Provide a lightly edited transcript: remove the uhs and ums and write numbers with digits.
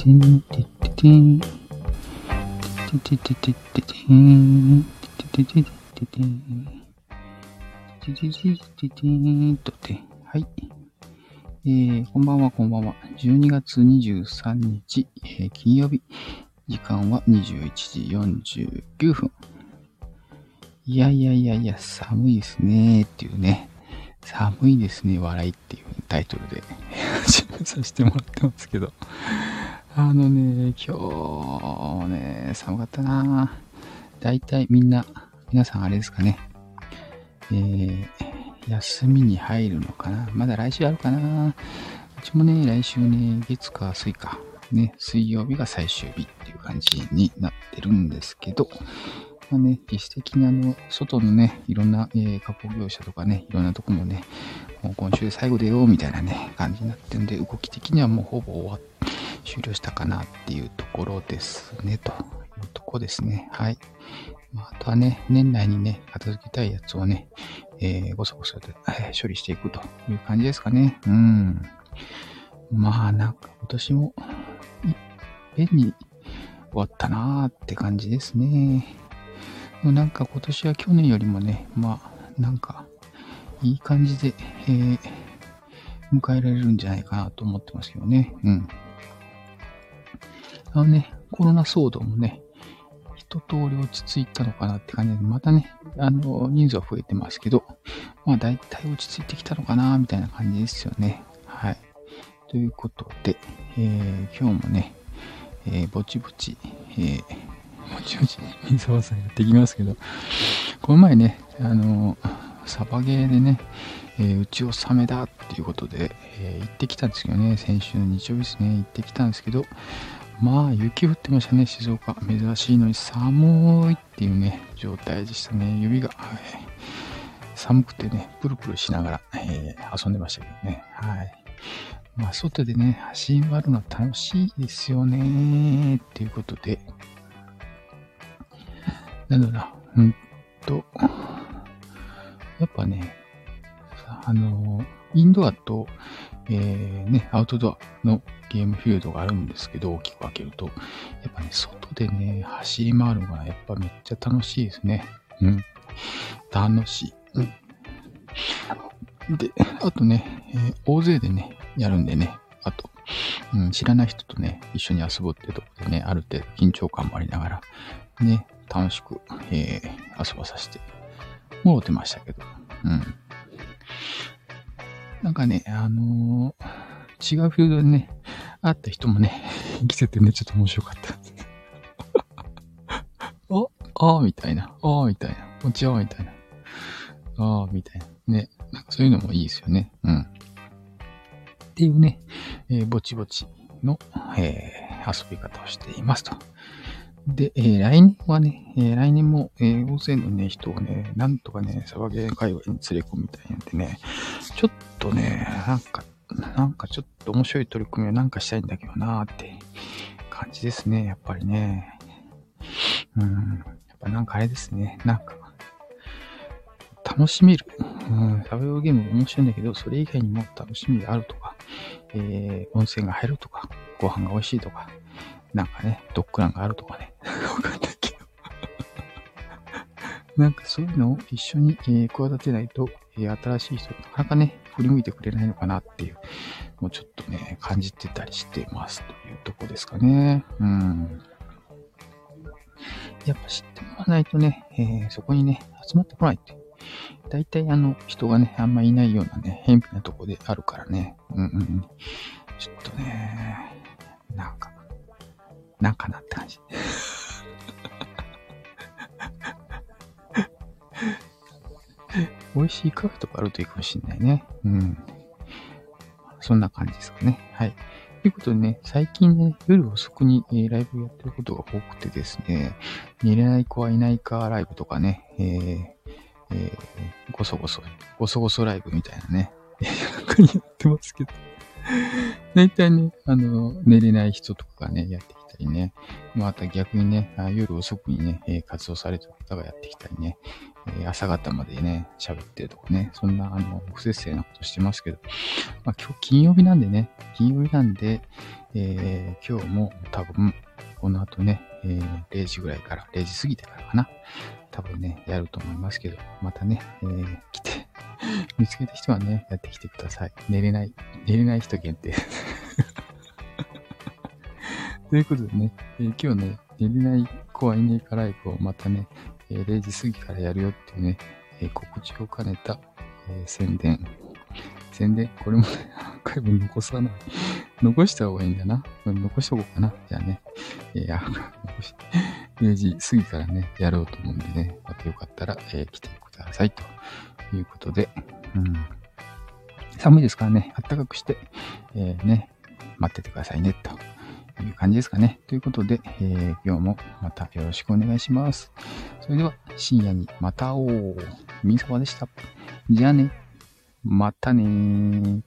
てんてっててんててててててんてててててんててててんとて、はい。こんばんは、こんばんは。12月23日、金曜日。時間は21時49分。いや、寒いですねっていうね。寒いですね、笑いっていうタイトルで始めさせてもらってますけど。今日ね、寒かったな。だいたい皆さんあれですかね。休みに入るのかな。まだ来週あるかな。うちもね、来週ね、月火水か。ね、水曜日が最終日っていう感じになってるんですけど、まあね、実質的に外のね、いろんな、加工業者とかね、いろんなとこもね、もう今週最後でよ、みたいなね、感じになってるんで、動き的にはもうほぼ終了したかなっていうところですね、というところですね。はい。あとはね、年内にね、片付けたいやつをね、ごそごそで、処理していくという感じですかね。まあ、なんか今年も、いっぺんに終わったなーって感じですね。なんか今年は去年よりもね、まあ、なんか、いい感じで、迎えられるんじゃないかなと思ってますけどね。コロナ騒動もね、一通り落ち着いたのかなって感じで、またね、人数は増えてますけど、まあ大体落ち着いてきたのかな、みたいな感じですよね。はい。ということで、今日もね、ぼちぼち水沢さんやってきますけど、この前ね、サバゲーでね、うちをサメだっていうことで、行ってきたんですけどね、先週の日曜日ですね、行ってきたんですけど、まあ、雪降ってましたね、静岡。珍しいのに寒いっていうね、状態でしたね。指が、寒くてね、プルプルしながら、遊んでましたけどね。はい。まあ、外でね、走り回るのは楽しいですよね、っていうことで。なんだろうな、やっぱね、インドアと、アウトドアのゲームフィールドがあるんですけど、大きく分けると、やっぱね、外でね、走り回るのがやっぱめっちゃ楽しいですね。楽しい。で、あとね、大勢でね、やるんでね、あと、知らない人とね、一緒に遊ぶってとこでね、ある程度緊張感もありながら、ね、楽しく、遊ばさせてもろてましたけど、なんかね、違うフィールドでね、会った人もね、来ててね、ちょっと面白かった。みたいな。こんにちは、みたいな。みたいな。ね。なんかそういうのもいいですよね。っていうね、ぼちぼちの、遊び方をしていますと。で、来年はね、来年も、大勢のね、人をね、なんとかね、サバゲー界隈に連れ込みたいなんでね、ちょっとね、なんかちょっと面白い取り組みをなんかしたいんだけどなーって感じですね、やっぱりね。やっぱなんかあれですね、なんか、楽しめる。サバゲーゲーム面白いんだけど、それ以外にも楽しみがあるとか、温泉が入るとか、ご飯が美味しいとか、なんかね、ドッグランがあるとかね。わかんないけど。なんかそういうのを一緒に、企てないと、新しい人なかなかね、振り向いてくれないのかなっていう、もうちょっとね、感じてたりしてますというとこですかね。やっぱ知ってもらわないとね、そこにね、集まってこないって。大体人がね、あんまいないようなね、偏僻なとこであるからね。ちょっとね、なんかなって感じ。美味しいカフェとかあるといいかもしれないね。そんな感じですかね。はい。ということでね、最近ね、夜遅くに、ライブやってることが多くてですね、寝れない子はいないかライブとかね、ごそごそライブみたいなね、なんかやってますけど。だいたいね、寝れない人とかがね、やってきたりね、また逆にね、夜遅くにね、活動されてる方がやってきたりね、朝方までね、喋ってるとかね、そんな、不節制なことしてますけど、まあ今日金曜日なんでね、今日も多分、この後ね、0時ぐらいから、0時過ぎてからかな、多分ね、やると思いますけど、またね、来て、見つけた人はね、やってきてください。寝れない人限定。ということでね、今日ね、寝れない子はいねえかライブをまたね、0時過ぎからやるよっていうね、告知を兼ねた、宣伝、これもね、アーカイブ残さない。残した方がいいんだな。残しとこうかな。じゃあね、0時過ぎからね、やろうと思うんでね、またよかったら、来てください。ということで、寒いですからね、暖かくして、ね、待っててくださいね、という感じですかね。ということで、今日もまたよろしくお願いします。それでは、深夜にまた会おう。みんさまでした。じゃあね、またねー。